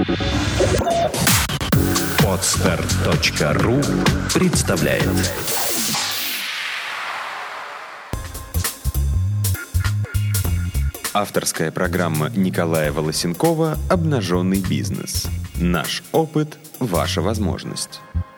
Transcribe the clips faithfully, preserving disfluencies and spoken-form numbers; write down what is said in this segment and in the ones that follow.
Подстер точка ру представляет. Авторская программа Николая Волосенкова «Обнаженный бизнес». Наш опыт – ваша возможность.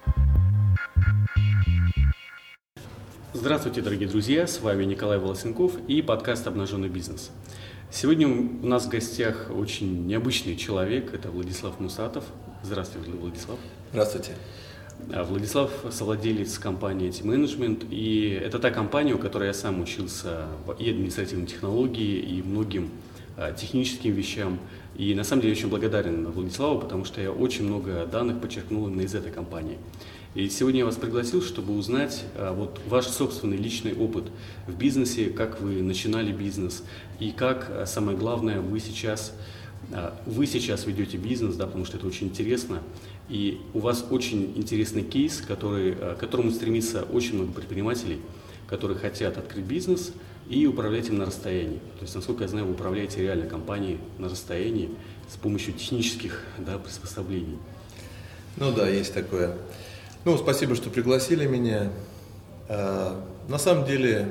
Здравствуйте, дорогие друзья, с вами Николай Волосенков и подкаст «Обнаженный бизнес». Сегодня у нас в гостях очень необычный человек, это Владислав Мусатов. Здравствуйте, Владислав. Здравствуйте. Владислав – совладелец компании ай ти-менеджмент, и это та компания, у которой я сам учился и административной технологии, и многим техническим вещам. И на самом деле очень благодарен Владиславу, потому что я очень много данных подчеркнул именно из этой компании. И сегодня я вас пригласил, чтобы узнать вот, ваш собственный личный опыт в бизнесе, как вы начинали бизнес и как, самое главное, вы сейчас, вы сейчас ведете бизнес, да, потому что это очень интересно. И у вас очень интересный кейс, который, к которому стремится очень много предпринимателей, которые хотят открыть бизнес и управлять им на расстоянии. То есть, насколько я знаю, вы управляете реально компанией на расстоянии с помощью технических, да, приспособлений. Ну да, есть такое. Ну, спасибо, что пригласили меня. А, на самом деле,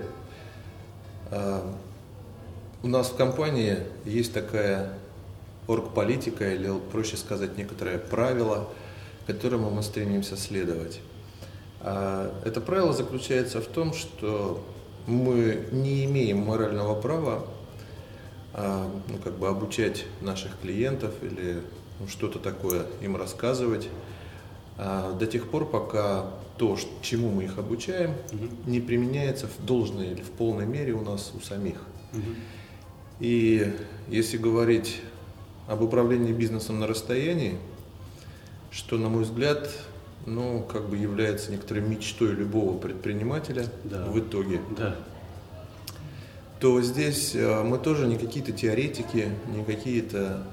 а, у нас в компании есть такая оргполитика, или, проще сказать, некоторые правила, которому мы стремимся следовать. А, это правило заключается в том, что мы не имеем морального права а, ну, как бы обучать наших клиентов или ну, что-то такое им рассказывать, до тех пор, пока то, чему мы их обучаем, uh-huh. не применяется в должной или в полной мере у нас у самих. Uh-huh. И если говорить об управлении бизнесом на расстоянии, что, на мой взгляд, ну, как бы является некоторой мечтой любого предпринимателя да. в итоге, да. то здесь мы тоже не какие-то теоретики, не какие-то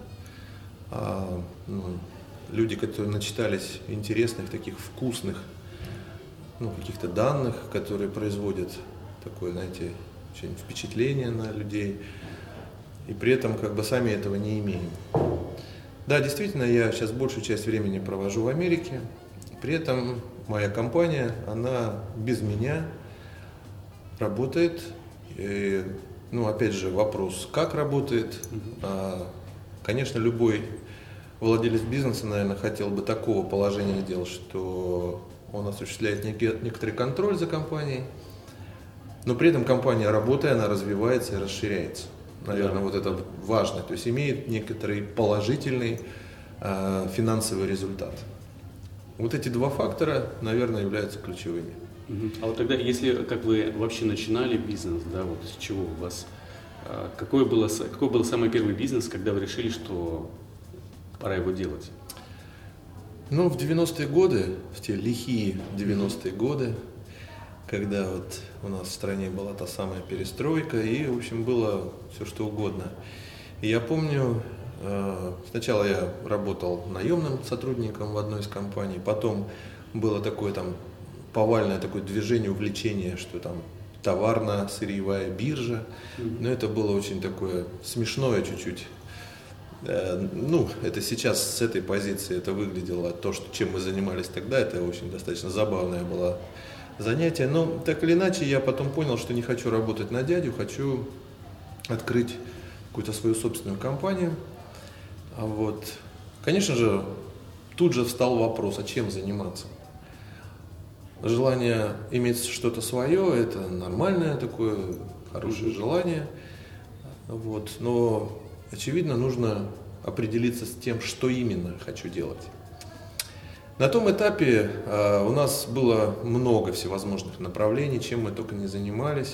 а, ну, люди, которые начитались интересных, таких вкусных, ну, каких-то данных, которые производят такое, знаете, очень впечатление на людей, и при этом как бы сами этого не имеем. Да, действительно, я сейчас большую часть времени провожу в Америке, при этом моя компания, она без меня работает, и, ну, опять же, вопрос, как работает, а, конечно, любой владелец бизнеса, наверное, хотел бы такого положения дел, что он осуществляет некий, некоторый контроль за компанией, но при этом компания работает, она развивается и расширяется. Наверное, да. вот это важно, то есть имеет некоторый положительный э, финансовый результат. Вот эти два фактора, наверное, являются ключевыми. А вот тогда, если как вы вообще начинали бизнес, да, вот с чего у вас, какой был, какой был самый первый бизнес, когда вы решили, что пора его делать? Ну, в девяностые годы, в те лихие девяностые годы, когда вот у нас в стране была та самая перестройка, и, в общем, было все что угодно. И я помню, сначала я работал наемным сотрудником в одной из компаний, потом было такое там повальное такое движение, увлечение, что там товарно-сырьевая биржа, но это было очень такое смешное чуть-чуть. Ну, это сейчас с этой позиции это выглядело, то, что, чем мы занимались тогда, это очень достаточно забавное было занятие. Но так или иначе, я потом понял, что не хочу работать на дядю, хочу открыть какую-то свою собственную компанию. А вот, конечно же, тут же встал вопрос, а чем заниматься? Желание иметь что-то свое, это нормальное такое, хорошее желание, вот, но очевидно, нужно определиться с тем, что именно хочу делать. На том этапе э, у нас было много всевозможных направлений, чем мы только не занимались.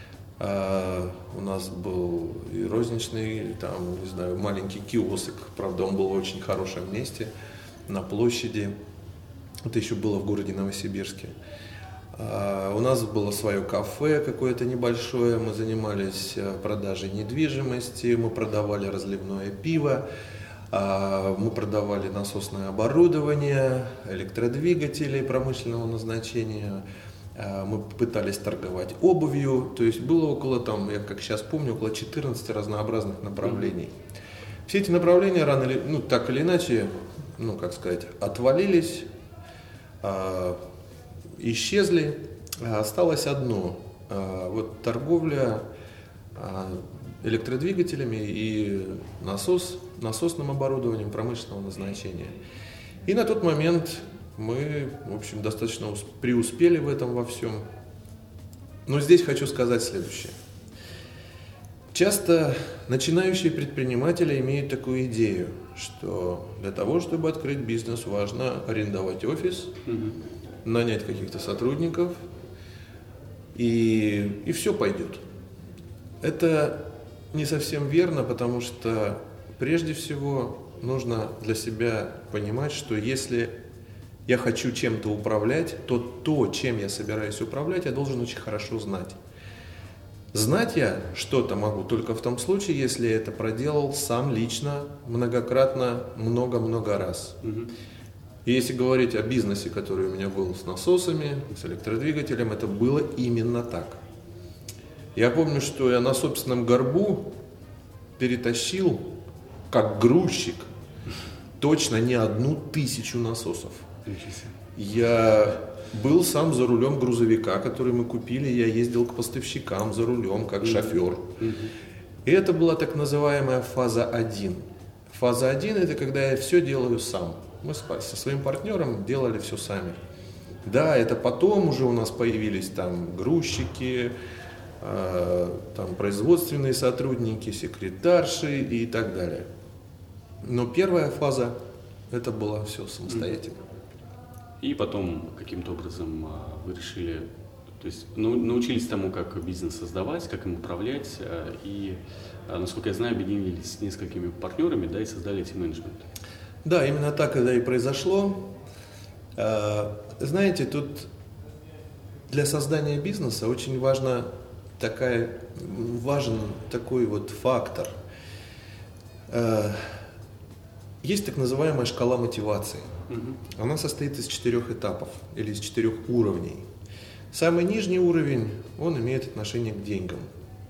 Э, у нас был и розничный, там, не знаю, маленький киоск, правда, он был в очень хорошем месте, на площади. Это еще было в городе Новосибирске. Uh, у нас было свое кафе какое-то небольшое, мы занимались продажей недвижимости, мы продавали разливное пиво, uh, мы продавали насосное оборудование, электродвигатели промышленного назначения, uh, мы пытались торговать обувью, то есть было около, там, я как сейчас помню, около четырнадцати разнообразных направлений. Все эти направления рано или, ну, так или иначе, ну, как сказать, отвалились, а, исчезли. А осталось одно. А, вот торговля а, электродвигателями и насос, насосным оборудованием промышленного назначения. И на тот момент мы, в общем, достаточно преуспели в этом во всем. Но здесь хочу сказать следующее. Часто начинающие предприниматели имеют такую идею, что для того, чтобы открыть бизнес, важно арендовать офис, mm-hmm. нанять каких-то сотрудников, и, и все пойдет. Это не совсем верно, потому что прежде всего нужно для себя понимать, что если я хочу чем-то управлять, то то, чем я собираюсь управлять, я должен очень хорошо знать. Знать я что-то могу только в том случае, если я это проделал сам лично, многократно, много-много раз. Угу. И если говорить о бизнесе, который у меня был с насосами, с электродвигателем, это было именно так. Я помню, что я на собственном горбу перетащил, как грузчик, точно не одну тысячу насосов. Я был сам за рулем грузовика, который мы купили, я ездил к поставщикам за рулем, как mm-hmm. шофер. Mm-hmm. И это была так называемая фаза один. Фаза один – это когда я все делаю сам. Мы со своим партнером делали все сами. Да, это потом уже у нас появились там грузчики, э, там производственные сотрудники, секретарши и так далее. Но первая фаза – это было все самостоятельно. Mm-hmm. И потом каким-то образом вы решили, то есть научились тому, как бизнес создавать, как им управлять, и, насколько я знаю, объединились с несколькими партнерами, да, и создали Team Management. Да, именно так это и произошло. Знаете, тут для создания бизнеса очень важна такая, важен такой вот фактор. Есть так называемая шкала мотивации. Угу. Она состоит из четырех этапов или из четырех уровней. Самый нижний уровень, он имеет отношение к деньгам.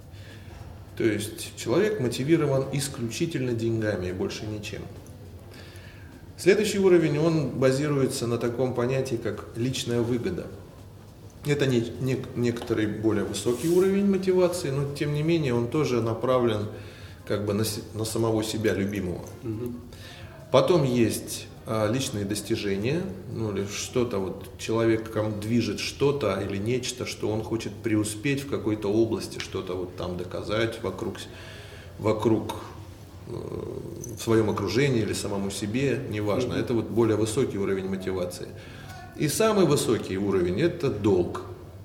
То есть человек мотивирован исключительно деньгами и больше ничем. Следующий уровень, он базируется на таком понятии, как личная выгода. Это не, не, некоторый более высокий уровень мотивации, но тем не менее он тоже направлен как бы на, на самого себя любимого. Угу. Потом есть а, личные достижения, ну или что-то, вот человеком движет что-то или нечто, что он хочет преуспеть в какой-то области, что-то вот там доказать вокруг, вокруг э, в своем окружении или самому себе, неважно. Mm-hmm. Это вот более высокий уровень мотивации. И самый высокий уровень – это долг.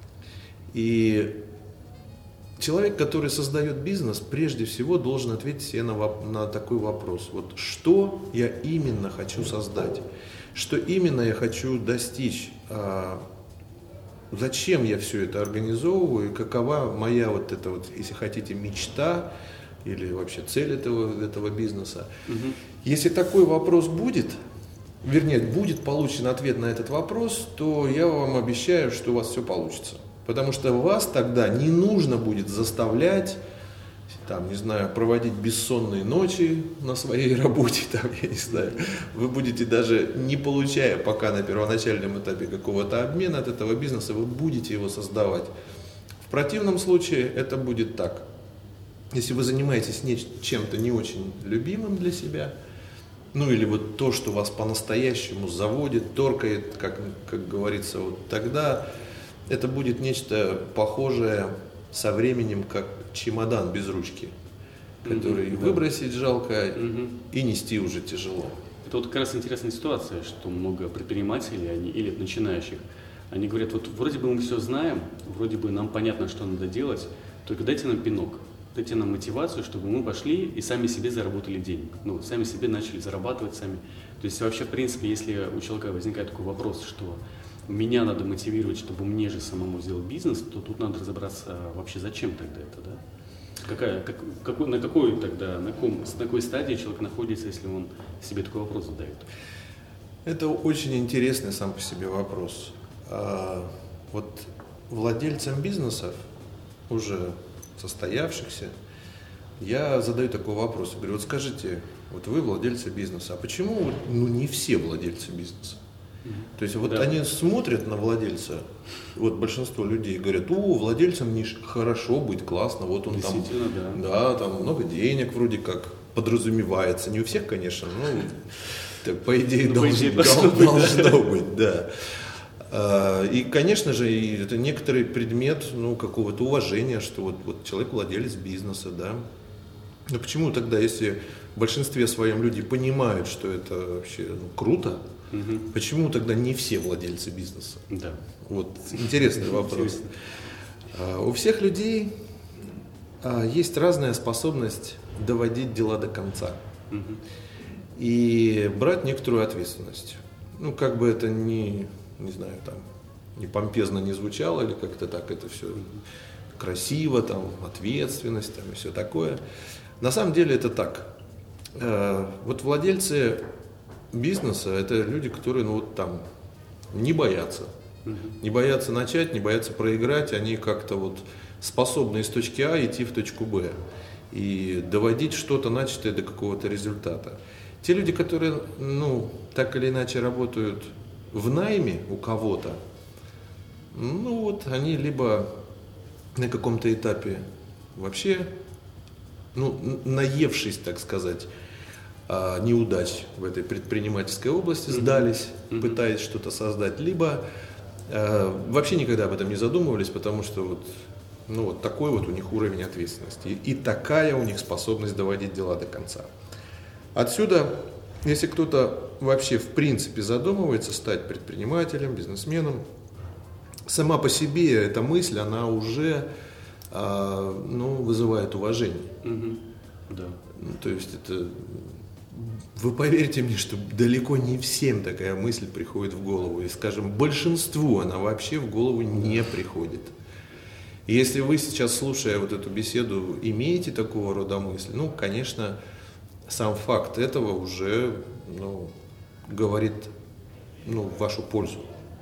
И человек, который создает бизнес, прежде всего должен ответить себе на, на такой вопрос. Вот что я именно хочу создать? Что именно я хочу достичь? А, зачем я все это организовываю? И какова моя вот эта вот, если хотите, мечта или вообще цель этого, этого бизнеса? Угу. Если такой вопрос будет, вернее, будет получен ответ на этот вопрос, то я вам обещаю, что у вас все получится. Потому что вас тогда не нужно будет заставлять, там, не знаю, проводить бессонные ночи на своей работе, там, я не знаю. Вы будете даже, не получая пока на первоначальном этапе какого-то обмена от этого бизнеса, вы будете его создавать. В противном случае это будет так. Если вы занимаетесь чем-то не очень любимым для себя, ну или вот то, что вас по-настоящему заводит, торкает, как, как говорится, вот тогда это будет нечто похожее со временем, как чемодан без ручки, который mm-hmm, выбросить да. жалко mm-hmm. и нести уже тяжело. Это вот как раз интересная ситуация, что много предпринимателей они, или начинающих, они говорят, вот вроде бы мы все знаем, вроде бы нам понятно, что надо делать, только дайте нам пинок, дайте нам мотивацию, чтобы мы пошли и сами себе заработали денег, ну, сами себе начали зарабатывать сами. То есть вообще, в принципе, если у человека возникает такой вопрос, что меня надо мотивировать, чтобы мне же самому сделать бизнес, то тут надо разобраться вообще, зачем тогда это, да? Какая, как, какой, на какой тогда, на, каком, на какой стадии человек находится, если он себе такой вопрос задает? Это очень интересный сам по себе вопрос. А, вот владельцам бизнесов, уже состоявшихся, я задаю такой вопрос. Говорю, вот скажите, вот вы владельцы бизнеса, а почему ну, не все владельцы бизнеса? То есть вот да. они смотрят на владельца, вот большинство людей говорят, о, владельцам не хорошо быть, классно, вот он там, да. да, там много денег вроде как подразумевается, не у всех, конечно, но так, по идее, ну, должно, по идее должно, быть, должно быть, да. И, конечно же, это некоторый предмет ну, какого-то уважения, что вот, вот человек владелец бизнеса, да. Но почему тогда, если в большинстве своем люди понимают, что это вообще ну, круто, угу. почему тогда не все владельцы бизнеса? Да. Вот интересный вопрос. У всех людей есть разная способность доводить дела до конца угу. и брать некоторую ответственность. Ну, как бы это ни, не знаю, там, не помпезно не звучало, или как-то так это все красиво, там, ответственность, там, и все такое. На самом деле это так. Вот владельцы бизнеса – это люди, которые ну, вот там не боятся. Uh-huh. Не боятся начать, не боятся проиграть. Они как-то вот способны из точки А идти в точку Б и доводить что-то начатое до какого-то результата. Те люди, которые ну, так или иначе работают в найме у кого-то, ну вот они либо на каком-то этапе вообще ну, наевшись, так сказать, неудач в этой предпринимательской области, сдались, mm-hmm. пытаясь что-то создать, либо э, вообще никогда об этом не задумывались, потому что вот, ну, вот такой вот у них уровень ответственности и, и такая у них способность доводить дела до конца. Отсюда, если кто-то вообще в принципе задумывается стать предпринимателем, бизнесменом, сама по себе эта мысль, она уже ну, вызывает уважение. Mm-hmm. Да. То есть это, вы поверьте мне, что далеко не всем такая мысль приходит в голову. И, скажем, большинству она вообще в голову не приходит. И если вы сейчас, слушая вот эту беседу, имеете такого рода мысли, ну, конечно, сам факт этого уже ну, говорит ну, в вашу пользу.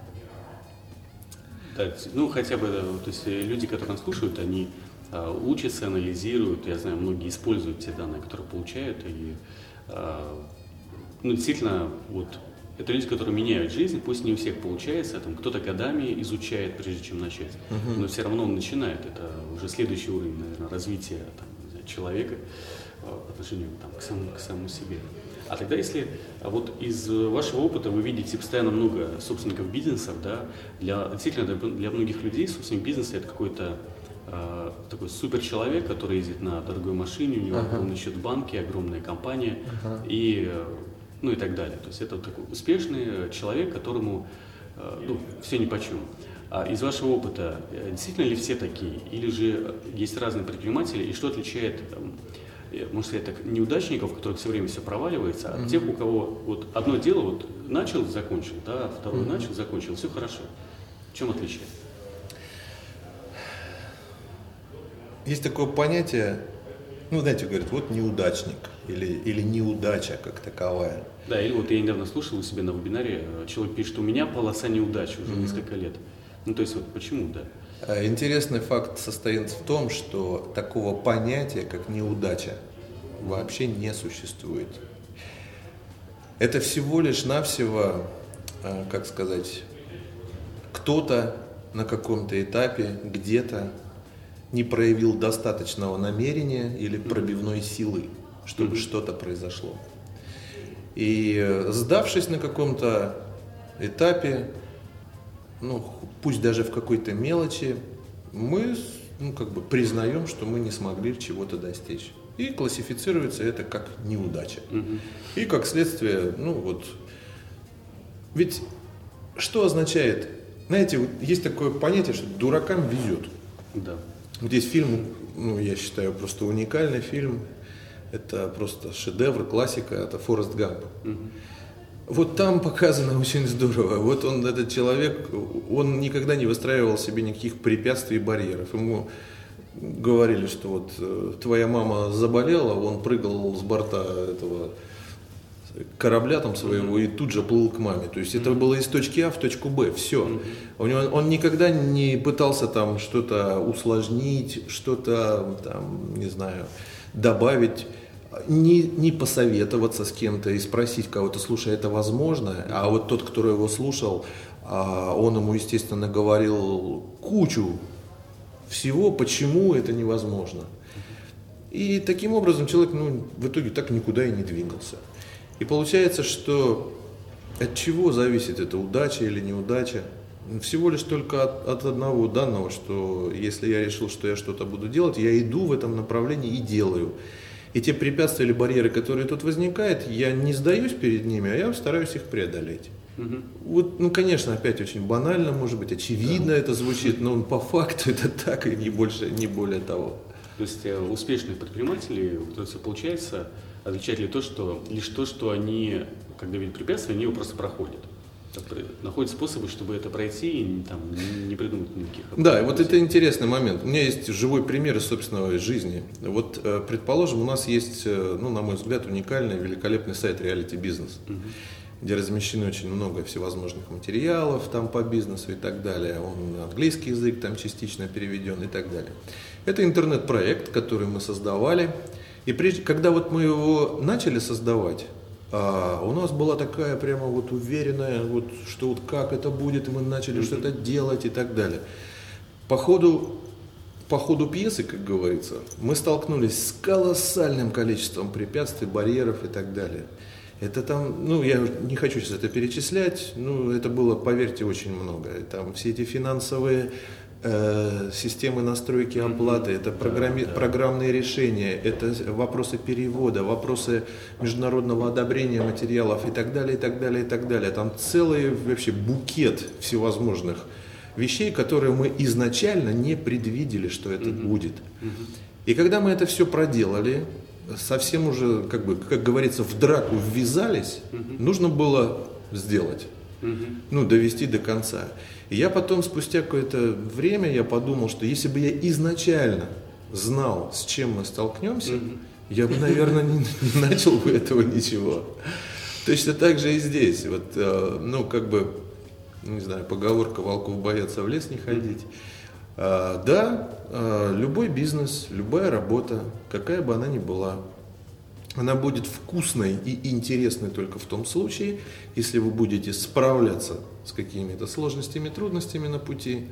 Да, ну хотя бы, то есть люди, которые нас слушают, они а, учатся, анализируют, я знаю, многие используют те данные, которые получают, и а, ну, действительно, вот, это люди, которые меняют жизнь, пусть не у всех получается, там, кто-то годами изучает, прежде чем начать, uh-huh. но все равно он начинает, это уже следующий уровень, наверное, развития там, не знаю, человека а, по отношению там, к, самому, к самому себе. А тогда, если вот из вашего опыта вы видите постоянно много собственников бизнесов, да, для, действительно для многих людей собственник бизнеса это какой-то э, такой суперчеловек, который ездит на дорогой машине, у него uh-huh. полный счет в банке, огромная компания uh-huh. и, ну, и так далее. То есть это такой успешный человек, которому э, ну, все нипочем. А из вашего опыта действительно ли все такие, или же есть разные предприниматели, и что отличает можно сказать так, неудачников, у которых все время все проваливается, а mm-hmm. тех, у кого вот одно дело вот начал, закончил, да, второе mm-hmm. начал, закончил, все хорошо. В чем отличие? Есть такое понятие, ну, знаете, говорят, вот неудачник или, или неудача как таковая. Да, или вот я недавно слушал у себя на вебинаре, человек пишет, у меня полоса неудач уже mm-hmm. несколько лет. Ну, то есть вот почему, да? Интересный факт состоит в том, что такого понятия, как неудача, вообще не существует. Это всего лишь навсего, как сказать, кто-то на каком-то этапе где-то не проявил достаточного намерения или пробивной силы, чтобы mm-hmm. что-то произошло. И сдавшись на каком-то этапе, ну, пусть даже в какой-то мелочи, мы ну, как бы признаем, что мы не смогли чего-то достичь. И классифицируется это как неудача. Mm-hmm. И как следствие, ну вот, ведь что означает, знаете, вот есть такое понятие, что дуракам везет. Да. Вот есть фильм, ну, я считаю, просто уникальный фильм, это просто шедевр, классика, это «Форест Гамп». Mm-hmm. Вот там показано очень здорово. Вот он, этот человек, он никогда не выстраивал себе никаких препятствий и барьеров. Ему говорили, что вот твоя мама заболела, он прыгал с борта этого корабля там своего mm-hmm. и тут же плыл к маме. То есть mm-hmm. это было из точки А в точку Б, все. Mm-hmm. У него, он никогда не пытался там что-то усложнить, что-то там, не знаю, добавить. не, не посоветоваться с кем-то и спросить кого-то, слушай, это возможно? А вот тот, кто его слушал, он ему, естественно, говорил кучу всего, почему это невозможно. И таким образом человек, ну, в итоге так никуда и не двигался. И получается, что от чего зависит это, удача или неудача? Всего лишь только от, от одного данного, что если я решил, что я что-то буду делать, я иду в этом направлении и делаю. И те препятствия или барьеры, которые тут возникают, я не сдаюсь перед ними, а я стараюсь их преодолеть. Угу. Вот, ну, конечно, опять очень банально, может быть, очевидно да. это звучит, но по факту это так и не больше, не более того. То есть успешные предприниматели, у которых все получается, отличает ли то, что лишь то, что они, когда видят препятствия, они его просто проходят. Находят способы, чтобы это пройти и там, не придумать никаких. Да, и вот это интересный момент. У меня есть живой пример из собственной жизни. Вот, предположим, у нас есть, ну, на мой взгляд, уникальный, великолепный сайт Reality Business, угу. где размещено очень много всевозможных материалов там по бизнесу и так далее. Он на английский язык там частично переведен и так далее. Это интернет-проект, который мы создавали. И прежде, когда вот мы его начали создавать, а, у нас была такая прямо вот уверенная, вот, что вот как это будет, и мы начали mm-hmm. что-то делать и так далее. По ходу, по ходу пьесы, как говорится, мы столкнулись с колоссальным количеством препятствий, барьеров и так далее. Это там, ну, я не хочу сейчас это перечислять, ну, это было, поверьте, очень много. Там все эти финансовые э, системы настройки оплаты, это программи, программные решения, это вопросы перевода, вопросы международного одобрения материалов и так далее, и так далее, и так далее. Там целый вообще букет всевозможных вещей, которые мы изначально не предвидели, что это mm-hmm. будет. Mm-hmm. И когда мы это все проделали, совсем уже, как бы, как говорится, в драку ввязались, uh-huh. нужно было сделать, uh-huh. ну, довести до конца. И я потом, спустя какое-то время, я подумал, что если бы я изначально знал, с чем мы столкнемся, uh-huh. я бы, наверное, не, не начал бы этого ничего. Точно так же и здесь. Вот, ну, как бы, не знаю, поговорка «волков боятся в лес не ходить». А, да, а, любой бизнес, любая работа, какая бы она ни была, она будет вкусной и интересной только в том случае, если вы будете справляться с какими-то сложностями, трудностями на пути,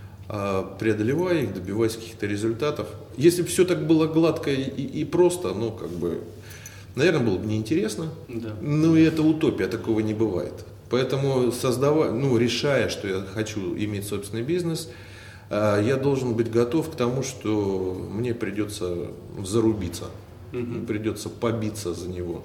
а, преодолевая их, добиваясь каких-то результатов. Если бы все так было гладко и, и просто, ну, как бы, наверное, было бы неинтересно, да. Ну и это утопия, такого не бывает. Поэтому, создавая, ну, решая, что я хочу иметь собственный бизнес, я должен быть готов к тому, что мне придется зарубиться, mm-hmm. придется побиться за него.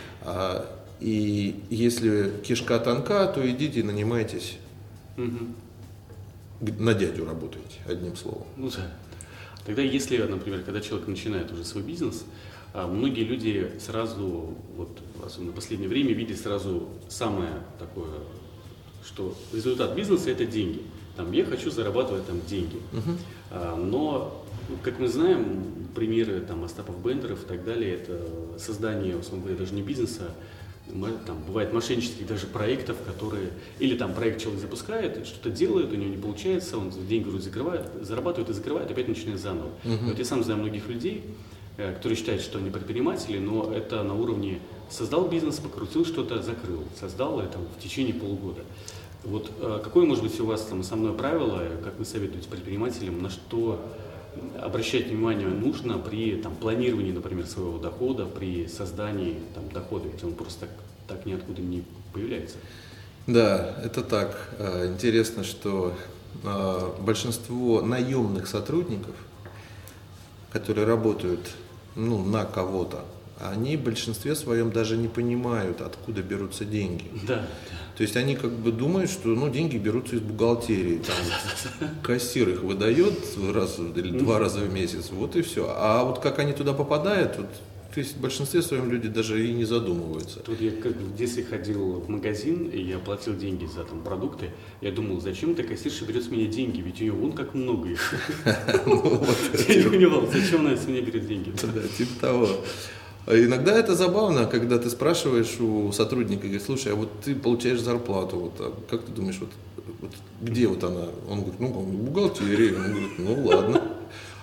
И если кишка тонка, то идите и нанимайтесь, mm-hmm. на дядю работаете, одним словом. Ну да. Тогда если, например, когда человек начинает уже свой бизнес, многие люди сразу, вот, особенно в последнее время, видят сразу самое такое, что результат бизнеса – это деньги. Там, я хочу зарабатывать там деньги. Uh-huh. а, но, как мы знаем, примеры там, Остапов Бендеров и так далее, это создание, условно говоря, даже не бизнеса, там, бывает мошеннических даже проектов, которые, или там проект человек запускает, что-то делает, у него не получается, он деньги вроде закрывает, зарабатывает и закрывает, опять начинает заново. Uh-huh. Вот я сам знаю многих людей, которые считают, что они предприниматели, но это на уровне создал бизнес, покрутил что-то, закрыл, создал это в течение полугода. Вот какое, может быть, у вас там основное правило, как вы советуете предпринимателям, на что обращать внимание нужно при там, планировании, например, своего дохода, при создании там, дохода, ведь он просто так, так ниоткуда не появляется? Да, это так. Интересно, что большинство наемных сотрудников, которые работают, ну, на кого-то, они в большинстве своем даже не понимают, откуда берутся деньги. Да. То есть они как бы думают, что, ну, деньги берутся из бухгалтерии, там, кассир их выдает раз или два раза в месяц, вот и все. А вот как они туда попадают, вот, то есть в большинстве своем люди даже и не задумываются. Тут я как в детстве ходил в магазин, и я платил деньги за там продукты. Я думал, зачем эта кассирша берет с меня деньги, ведь у нее вон как много их. Я не понимал, зачем она с меня берет деньги. Да, типа того. Иногда это забавно, когда ты спрашиваешь у сотрудника, говорит, слушай, а вот ты получаешь зарплату, вот, а как ты думаешь, вот, вот где вот она? Он говорит, ну, в бухгалтерии. Он говорит, ну ладно.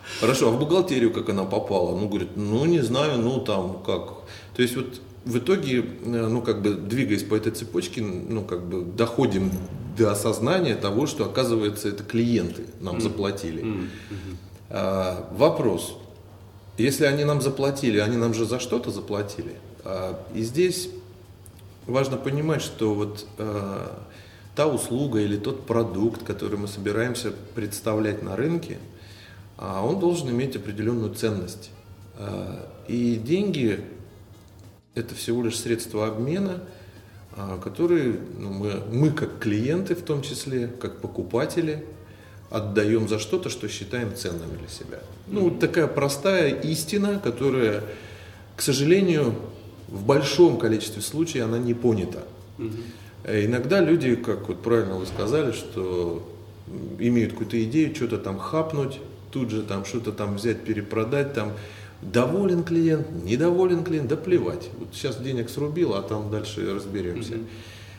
Хорошо, а в бухгалтерию как она попала? Ну, говорит, ну, не знаю, ну, там, как. То есть, вот в итоге, ну, как бы, двигаясь по этой цепочке, ну, как бы, доходим до осознания того, что, оказывается, это клиенты нам mm-hmm. заплатили. Mm-hmm. А, вопрос. Если они нам заплатили, они нам же за что-то заплатили. А, и здесь важно понимать, что вот а, та услуга или тот продукт, который мы собираемся представлять на рынке, а, он должен иметь определенную ценность. А, и деньги – это всего лишь средства обмена, а, которые ну, мы, мы как клиенты в том числе, как покупатели, отдаем за что-то, что считаем ценным для себя. Ну, вот такая простая истина, которая, к сожалению, в большом количестве случаев она не понята. Mm-hmm. Иногда люди, как вот правильно вы сказали, что имеют какую-то идею, что-то там хапнуть, тут же там что-то там взять, перепродать, там доволен клиент, недоволен клиент, да плевать. Вот сейчас денег срубил, а там дальше разберемся. Mm-hmm.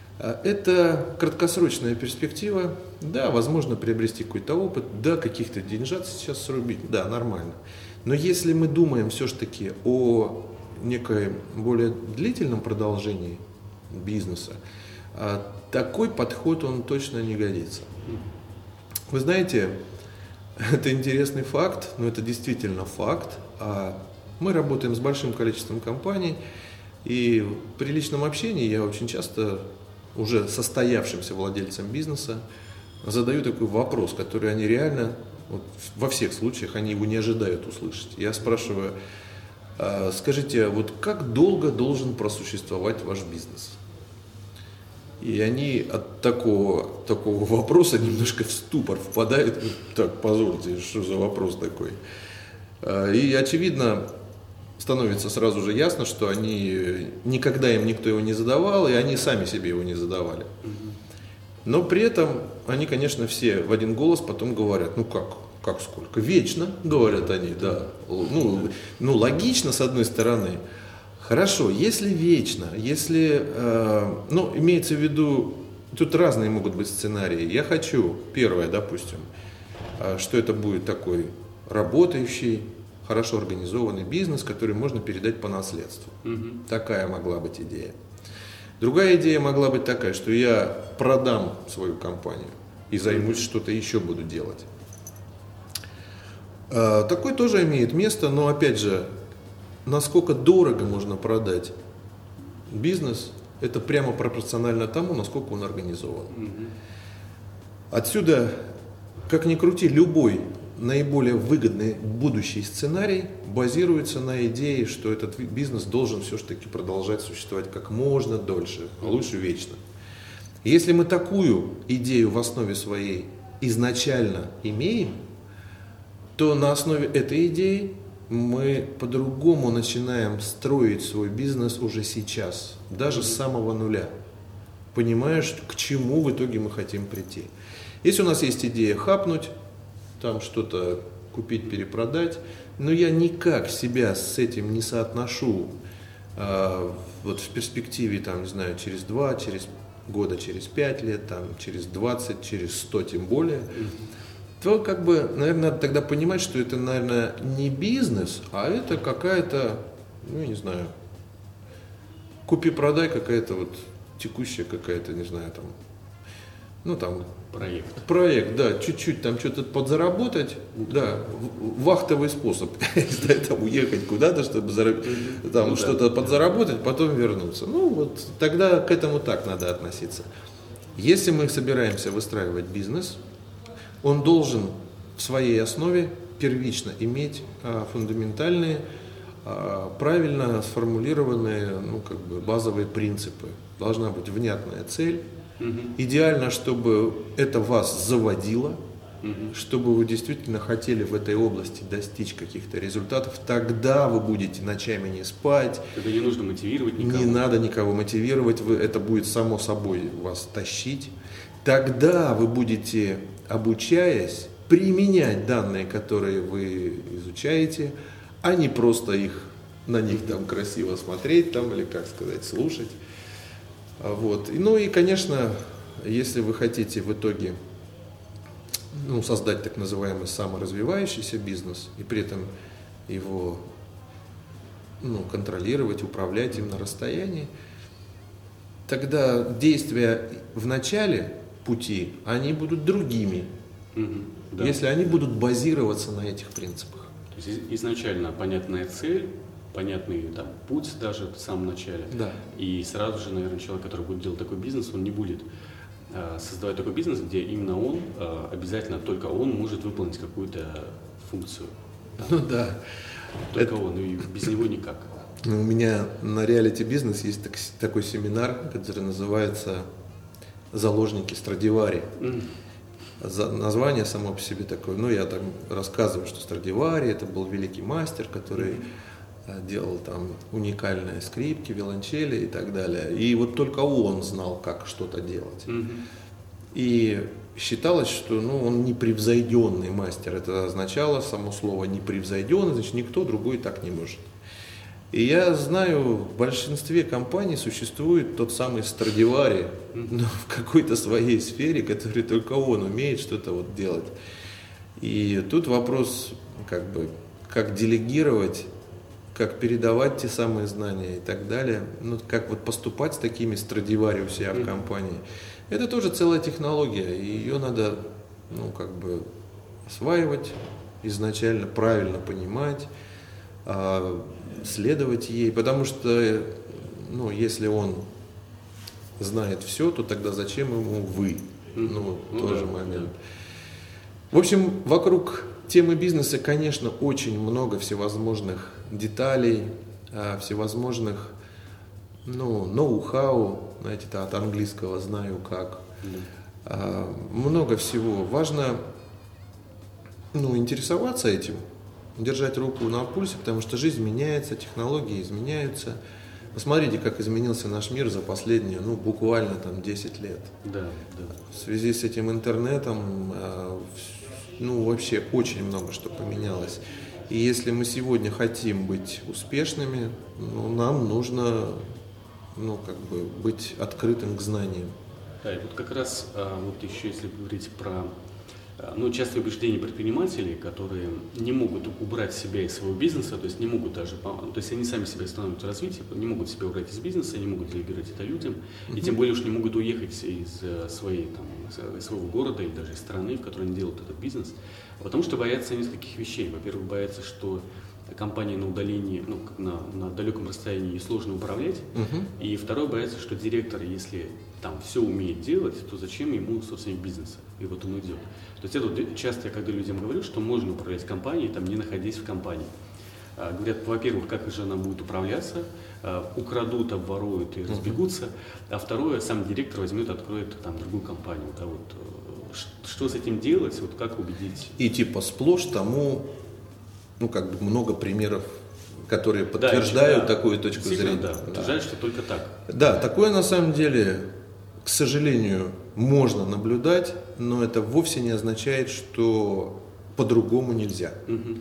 Это краткосрочная перспектива, да, возможно приобрести какой-то опыт, да, каких-то деньжат сейчас срубить, да, нормально. Но если мы думаем все-таки о некой более длительном продолжении бизнеса, такой подход, он точно не годится. Вы знаете, это интересный факт, но это действительно факт. Мы работаем с большим количеством компаний, и при личном общении я очень часто уже состоявшимся владельцам бизнеса задаю такой вопрос, который они реально, вот, во всех случаях, они его не ожидают услышать. Я спрашиваю, скажите, вот как долго должен просуществовать ваш бизнес? И они от такого, такого вопроса немножко в ступор впадают. Так, позвольте, что за вопрос такой? И очевидно, становится сразу же ясно, что они никогда им никто его не задавал, и они сами себе его не задавали. Но при этом они, конечно, все в один голос потом говорят, ну как, как сколько? Вечно, говорят они, да. Ну, ну логично, с одной стороны. Хорошо, если вечно, если, э, ну, имеется в виду, тут разные могут быть сценарии. Я хочу, первое, допустим, э, что это будет такой работающий, хорошо организованный бизнес, который можно передать по наследству. Mm-hmm. Такая могла быть идея. Другая идея могла быть такая, что я продам свою компанию и займусь mm-hmm. что-то еще буду делать. Э, такой тоже имеет место, но опять же, насколько дорого можно продать бизнес, это прямо пропорционально тому, насколько он организован. Mm-hmm. Отсюда, как ни крути, любой наиболее выгодный будущий сценарий базируется на идее, что этот бизнес должен все-таки продолжать существовать как можно дольше, а лучше вечно. Если мы такую идею в основе своей изначально имеем, то на основе этой идеи мы по-другому начинаем строить свой бизнес уже сейчас, даже с самого нуля, понимаешь, к чему в итоге мы хотим прийти. Если у нас есть идея хапнуть, там что-то купить, перепродать, но я никак себя с этим не соотношу э, вот в перспективе, там, не знаю, через два, через года, через пять лет, там, через двадцать, через сто тем более, то, как бы, наверное, надо тогда понимать, что это, наверное, не бизнес, а это какая-то, ну, не знаю, купи-продай какая-то вот текущая какая-то, не знаю, там, ну, там, проект. Проект, да, чуть-чуть там что-то подзаработать, да, вахтовый способ, там уехать куда-то, чтобы заработать, там что-то подзаработать, потом вернуться. Ну, вот тогда к этому так надо относиться. Если мы собираемся выстраивать бизнес, он должен в своей основе первично иметь а, фундаментальные, а, правильно сформулированные, ну, как бы базовые принципы. Должна быть внятная цель. Угу. Идеально, чтобы это вас заводило, угу. чтобы вы действительно хотели в этой области достичь каких-то результатов. Тогда вы будете ночами не спать. Тогда не нужно мотивировать никого. Не надо никого мотивировать, вы, это будет само собой вас тащить. Тогда вы будете, обучаясь, применять данные, которые вы изучаете, а не просто их, на них там красиво смотреть там, или, как сказать, слушать. Вот. Ну и, конечно, если вы хотите в итоге ну, создать так называемый саморазвивающийся бизнес и при этом его ну, контролировать, управлять им на расстоянии, тогда действия в начале пути, они будут другими, mm-hmm, да. если они будут базироваться на этих принципах. То есть изначально понятная цель, понятный там, путь даже в самом начале. Да. И сразу же, наверное, человек, который будет делать такой бизнес, он не будет э, создавать такой бизнес, где именно он, э, обязательно только он может выполнить какую-то функцию. Да. Ну да. Только Это... он, и без него никак. У меня на реалити бизнес есть так, такой семинар, который называется «Заложники Страдивари». Mm. За, название само по себе такое. Ну, я там рассказываю, что Страдивари это был великий мастер, который mm. делал там уникальные скрипки, виолончели и так далее. И вот только он знал, как что-то делать. Mm-hmm. И считалось, что ну, он непревзойденный мастер. Это означало само слово непревзойденный, значит, никто другой так не может. И я знаю, в большинстве компаний существует тот самый Страдивари, но в какой-то своей сфере, который только он умеет что-то вот делать. И тут вопрос, как бы, как делегировать, как передавать те самые знания и так далее. Ну, как вот поступать с такими Страдивари у себя в компании. Это тоже целая технология, и ее надо, ну, как бы осваивать изначально, правильно понимать, следовать ей, потому что, ну, если он знает все, то тогда зачем ему вы? Ну, ну тоже да, момент. Да. В общем, вокруг темы бизнеса, конечно, очень много всевозможных деталей, всевозможных, ну, ноу-хау, знаете, от английского знаю как. Да. Много всего. Важно, ну, интересоваться этим, держать руку на пульсе, потому что жизнь меняется, технологии изменяются. Посмотрите, как изменился наш мир за последние, ну, буквально там десять лет. Да, да. В связи с этим интернетом, ну, вообще очень много что поменялось. И если мы сегодня хотим быть успешными, ну, нам нужно, ну, как бы быть открытым к знаниям. Да, и вот как раз, вот еще если говорить про Ну, частое убеждение предпринимателей, которые не могут убрать себя из своего бизнеса, то есть не могут даже, то есть они сами себя останавливают в развитии, не могут себя убрать из бизнеса, не могут делегировать это людям, uh-huh. и тем более уж не могут уехать из своей, там, из своего города или даже из страны, в которой они делают этот бизнес, потому что боятся нескольких вещей. Во-первых, боятся, что компания на удалении, ну, на, на далеком расстоянии сложно управлять, uh-huh. и второе, боятся, что директор, если там все умеет делать, то зачем ему собственник бизнеса? И вот он идет. То есть это часто я когда людям говорю, что можно управлять компанией, там, не находясь в компании. А, говорят, во-первых, как же она будет управляться, а, украдут, обворуют и разбегутся, uh-huh. а второе, сам директор возьмет, откроет там другую компанию. Да, вот, что с этим делать, вот как убедить? И типа сплошь тому, ну, как бы много примеров, которые подтверждают да, такую точку зрения. Да, подтверждают, да. что только так. Да, такое на самом деле, к сожалению, можно наблюдать, но это вовсе не означает, что по-другому нельзя. Угу.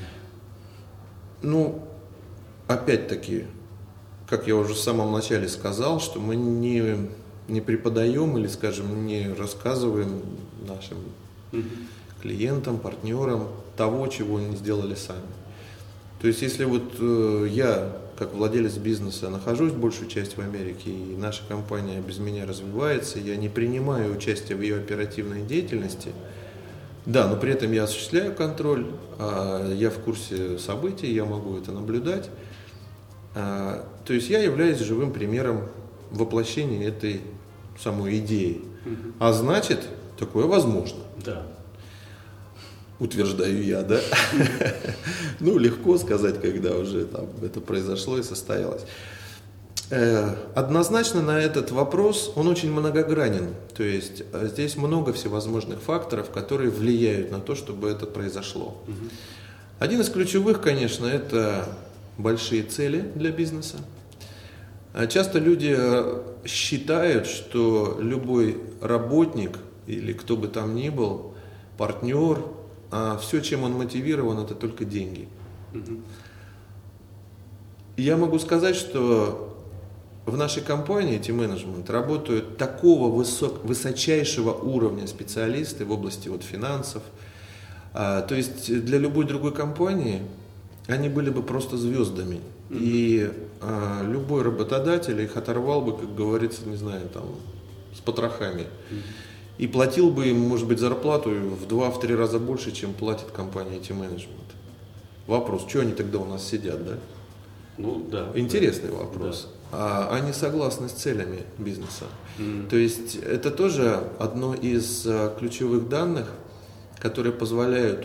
Ну, опять-таки, как я уже в самом начале сказал, что мы не, не преподаем или, скажем, не рассказываем нашим угу. клиентам, партнерам того, чего они сделали сами. То есть, если вот э, я, как владелец бизнеса, нахожусь большую часть в Америке, и наша компания без меня развивается, я не принимаю участие в ее оперативной деятельности, да, но при этом я осуществляю контроль, э, я в курсе событий, я могу это наблюдать. Э, то есть, я являюсь живым примером воплощения этой самой идеи. Mm-hmm. А значит, такое возможно. Да. Утверждаю я, да? Ну, легко сказать, когда уже там это произошло и состоялось. Однозначно на этот вопрос, он очень многогранен. То есть здесь много всевозможных факторов, которые влияют на то, чтобы это произошло. Один из ключевых, конечно, это большие цели для бизнеса. Часто люди считают, что любой работник или кто бы там ни был, партнер, а все, чем он мотивирован, это только деньги. Mm-hmm. Я могу сказать, что в нашей компании Team Management работают такого высок, высочайшего уровня специалисты в области вот финансов. А, то есть для любой другой компании они были бы просто звездами. Mm-hmm. И а, любой работодатель их оторвал бы, как говорится, не знаю, там, с потрохами. Mm-hmm. И платил бы им, может быть, зарплату в два-три раза больше, чем платит компания Team Management. Вопрос, что они тогда у нас сидят, да? Ну, да. Интересный да. вопрос. Да. А они согласны с целями бизнеса. Mm-hmm. То есть это тоже одно из ключевых данных, которые позволяют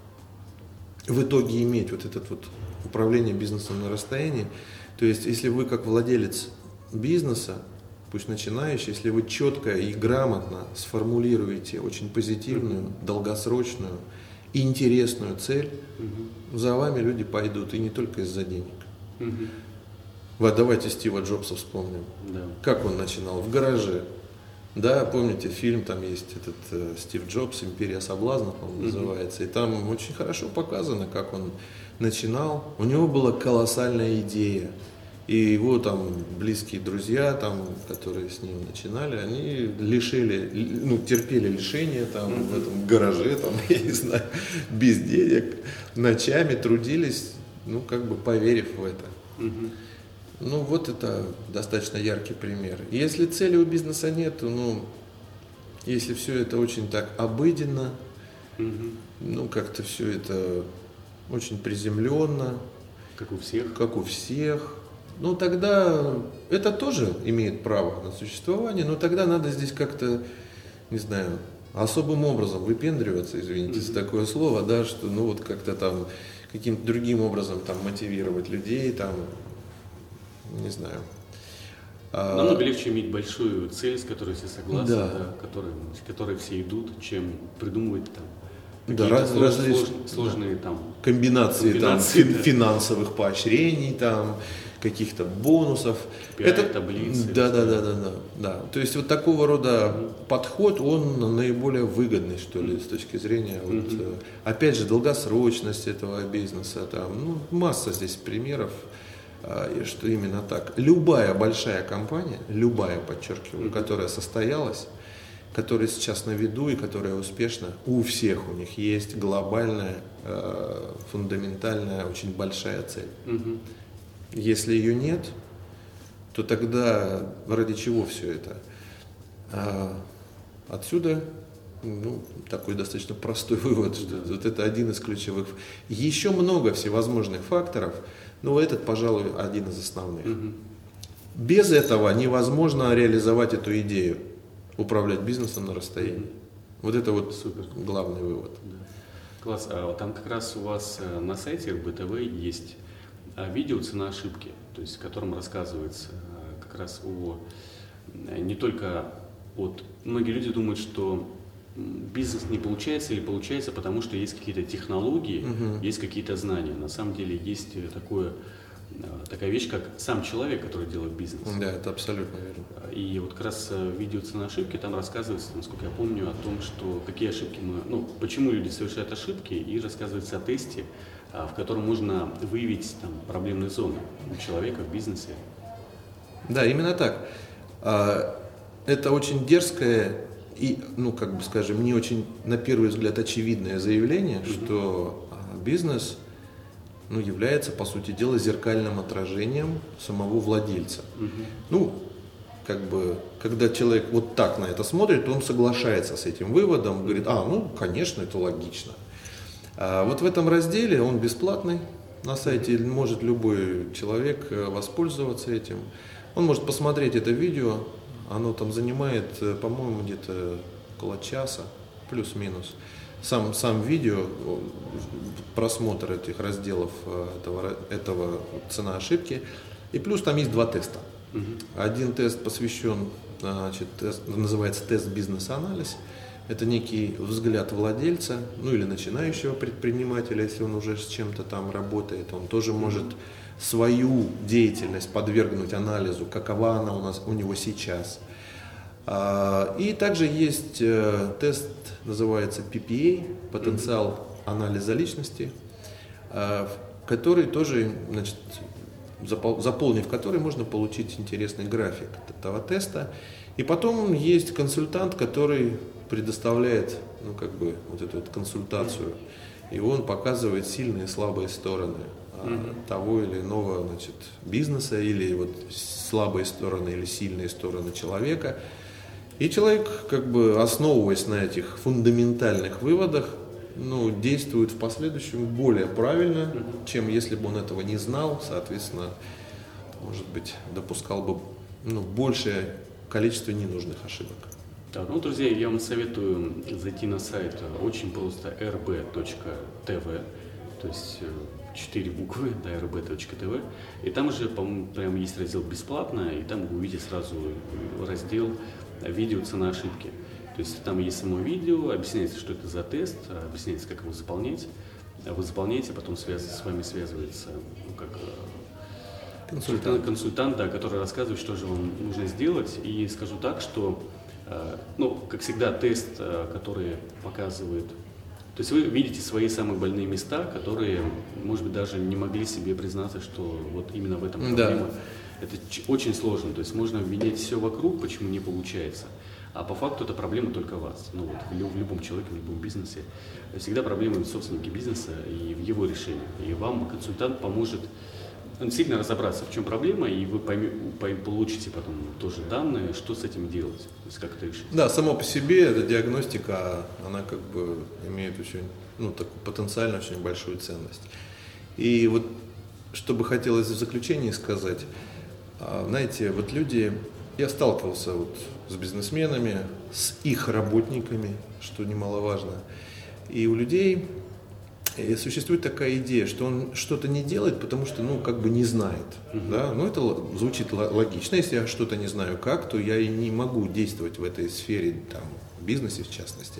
в итоге иметь вот это вот управление бизнесом на расстоянии. То есть если вы как владелец бизнеса, пусть начинающий, если вы четко и грамотно сформулируете очень позитивную, mm-hmm. долгосрочную и интересную цель, mm-hmm. за вами люди пойдут, и не только из-за денег. Mm-hmm. Вот давайте Стива Джобса вспомним. Да. Как он начинал? В гараже. Да, помните, фильм там есть этот э, Стив Джобс, «Империя соблазнов», он mm-hmm. называется. И там очень хорошо показано, как он начинал. У него была колоссальная идея. И его там близкие друзья, там, которые с ним начинали, они лишили, ну, терпели лишения там, mm-hmm. в этом гараже, там, я не знаю, без денег, ночами трудились, ну, как бы поверив в это. Mm-hmm. Ну, вот это достаточно яркий пример. Если цели у бизнеса нет, ну, если все это очень так обыденно, mm-hmm. ну, как-то все это очень приземленно. Как у всех. Как у всех. Ну, тогда это тоже имеет право на существование, но тогда надо здесь как-то, не знаю, особым образом выпендриваться, извините mm-hmm. за такое слово, да, что, ну, вот как-то там каким-то другим образом там мотивировать людей, там, не знаю. Намного а, легче иметь большую цель, с которой все согласны, да. Да, которой, с которой все идут, чем придумывать там да, раз, слож, различ... слож, сложные там комбинации, комбинации там, да. финансовых поощрений, там, каких-то бонусов. пи ай, это таблицы. Да, да, да, да, да, да. То есть вот такого рода mm-hmm. подход, он наиболее выгодный, что ли, mm-hmm. с точки зрения, mm-hmm. вот, опять же, долгосрочности этого бизнеса. Там, ну, масса здесь примеров. И что именно так. Любая большая компания, любая, подчеркиваю, mm-hmm. которая состоялась, которая сейчас на виду и которая успешна, у всех у них есть глобальная, э, фундаментальная, очень большая цель. Mm-hmm. Если ее нет, то тогда ради чего все это? А отсюда ну, такой достаточно простой вывод, что mm-hmm. вот это один из ключевых. Еще много всевозможных факторов. Но этот, пожалуй, один из основных. Угу. Без этого невозможно реализовать эту идею, управлять бизнесом на расстоянии. Угу. Вот это вот супер главный вывод. Да. Класс. А там как раз у вас на сайте эр бэ тэ вэ есть видео «Цена ошибки», то есть в котором рассказывается как раз о не только от... Многие люди думают, что бизнес не получается или получается, потому что есть какие-то технологии, uh-huh. есть какие-то знания. На самом деле есть такое, такая вещь, как сам человек, который делает бизнес. Да, это абсолютно верно. И вот как раз в видео «Цена ошибки» там рассказывается, насколько я помню, о том, что какие ошибки мы, ну, почему люди совершают ошибки, и рассказывается о тесте, в котором можно выявить там проблемные зоны у человека в бизнесе. Да, именно так. Это очень дерзкое и, ну, как бы скажем, не очень, на первый взгляд, очевидное заявление, mm-hmm. что бизнес, ну, является, по сути дела, зеркальным отражением самого владельца. Mm-hmm. Ну, как бы, когда человек вот так на это смотрит, он соглашается с этим выводом, говорит, а, ну, конечно, это логично. А вот в этом разделе, он бесплатный, на сайте mm-hmm. может любой человек воспользоваться этим. Он может посмотреть это видео. Оно там занимает, по-моему, где-то около часа, плюс-минус. Сам, сам видео, просмотр этих разделов этого, этого «Цена ошибки». И плюс там есть два теста. Угу. Один тест посвящен, значит, тест, называется тест «Бизнес-анализ». Это некий взгляд владельца, ну или начинающего предпринимателя, если он уже с чем-то там работает. Он тоже угу. может свою деятельность подвергнуть анализу, какова она у нас у него сейчас. И также есть тест, называется пи пи эй, потенциал анализа личности, который тоже, значит, заполнив который можно получить интересный график этого теста. И потом есть консультант, который предоставляет, ну, как бы, вот эту вот консультацию, и он показывает сильные и слабые стороны mm-hmm. того или иного, значит, бизнеса, или вот слабые стороны или сильные стороны человека. И человек, как бы, основываясь на этих фундаментальных выводах, ну, действует в последующем более правильно, mm-hmm. чем если бы он этого не знал, соответственно, может быть, допускал бы, ну, большее количество ненужных ошибок. Так, ну, друзья, я вам советую зайти на сайт очень просто эр бэ точка тэ вэ, то есть четыре буквы, да, эр бэ точка тэ вэ, и там же, по-моему, прямо есть раздел «Бесплатно», и там вы увидите сразу раздел «Видео, цена, ошибки». То есть там есть само видео, объясняется, что это за тест, объясняется, как его заполнять. Вы заполняете, потом связ... с вами связывается, ну, как консультант, консультант, да, который рассказывает, что же вам нужно сделать. И скажу так, что, ну, как всегда, тест, который показывает, то есть вы видите свои самые больные места, которые, может быть, даже не могли себе признаться, что вот именно в этом проблема. Да. Это очень сложно, то есть можно обвинять все вокруг, почему не получается. А по факту это проблема только вас. Ну, вот, в любом человеке, в любом бизнесе. Всегда проблема в собственнике бизнеса и в его решении. И вам консультант поможет действительно разобраться, в чем проблема, и вы пойми, получите потом тоже данные, что с этим делать, то есть как это решить. Да, само по себе эта диагностика, она как бы имеет очень, ну, такую потенциально очень большую ценность. И вот, что бы хотелось в заключении сказать, знаете, вот люди, я сталкивался вот с бизнесменами, с их работниками, что немаловажно, и у людей и существует такая идея, что он что-то не делает, потому что, ну, как бы не знает. Mm-hmm. Да? Ну, это звучит логично. Если я что-то не знаю как, то я и не могу действовать в этой сфере, там, в бизнесе в частности.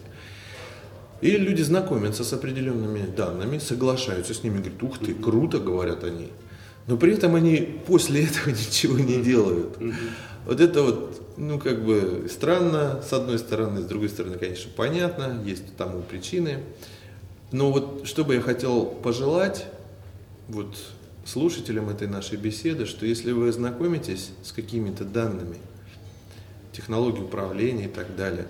И люди знакомятся с определенными данными, соглашаются с ними, говорят, ух ты, круто, говорят они. Но при этом они после этого ничего не делают. Mm-hmm. Вот это вот, ну, как бы странно, с одной стороны, с другой стороны, конечно, понятно, есть тому причины. Но вот что бы я хотел пожелать вот слушателям этой нашей беседы, что если вы знакомитесь с какими-то данными, технологией управления и так далее,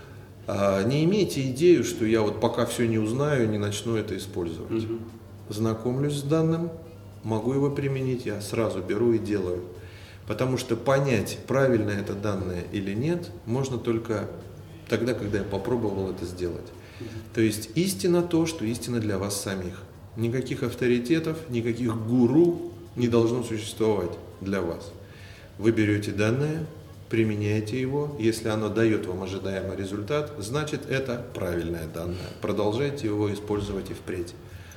не имейте идею, что я вот пока все не узнаю, не начну это использовать. Mm-hmm. Знакомлюсь с данным, могу его применить, я сразу беру и делаю. Потому что понять, правильно это данное или нет, можно только тогда, когда я попробовал это сделать. То есть истина то, что истина для вас самих. Никаких авторитетов, никаких гуру не должно существовать для вас. Вы берете данное, применяете его. Если оно дает вам ожидаемый результат, значит это правильное данное. Продолжайте его использовать и впредь.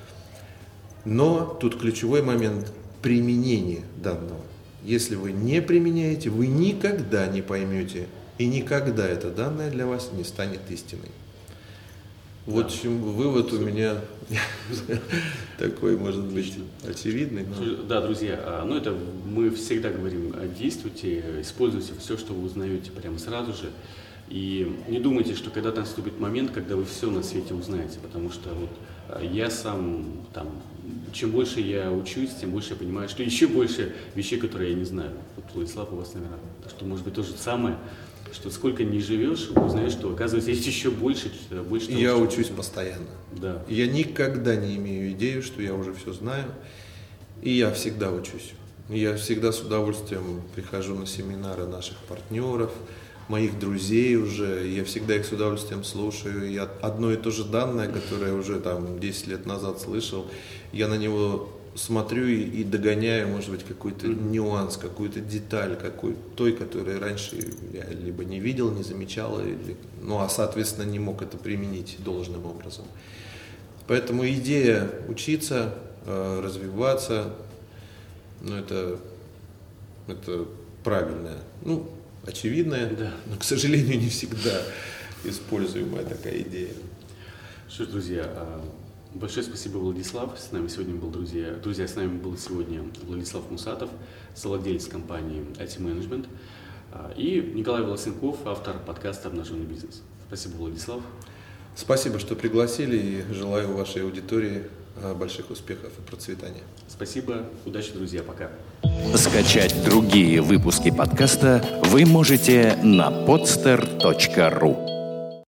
Но тут ключевой момент применения данного. Если вы не применяете, вы никогда не поймете, и никогда это данное для вас не станет истиной. Вот да. Чем вывод у меня такой, может быть, очевидный. Но... Да, друзья, ну это мы всегда говорим, действуйте, используйте все, что вы узнаете прямо сразу же. И не думайте, что когда-то наступит момент, когда вы все на свете узнаете, потому что вот я сам, там, чем больше я учусь, тем больше я понимаю, что еще больше вещей, которые я не знаю. Вот, Владислав, у вас, наверное, что может быть то же самое. Что сколько не живешь, узнаешь, что оказывается есть еще больше. больше того, я что учусь что... постоянно. Да. Я никогда не имею идею, что я уже все знаю. И я всегда учусь. Я всегда с удовольствием прихожу на семинары наших партнеров, моих друзей уже. Я всегда их с удовольствием слушаю. Я одно и то же данное, которое я уже там десять лет назад слышал, я на него смотрю и, и догоняю, может быть, какой-то mm-hmm. нюанс, какую-то деталь, какой той, которую раньше я либо не видел, не замечал, или, ну, а, соответственно, не мог это применить должным образом. Поэтому идея учиться, э, развиваться, ну, это, это правильная, ну, очевидная, да. но, к сожалению, не всегда используемая такая идея. Что ж, друзья, большое спасибо, Владислав. С нами сегодня был, друзья, друзья, с нами был сегодня Владислав Мусатов, совладелец компании ай ти Management, и Николай Волосенков, автор подкаста «Обнаженный бизнес». Спасибо, Владислав. Спасибо, что пригласили, и желаю вашей аудитории больших успехов и процветания. Спасибо, удачи, друзья, пока. Скачать другие выпуски подкаста вы можете на podster точка ru.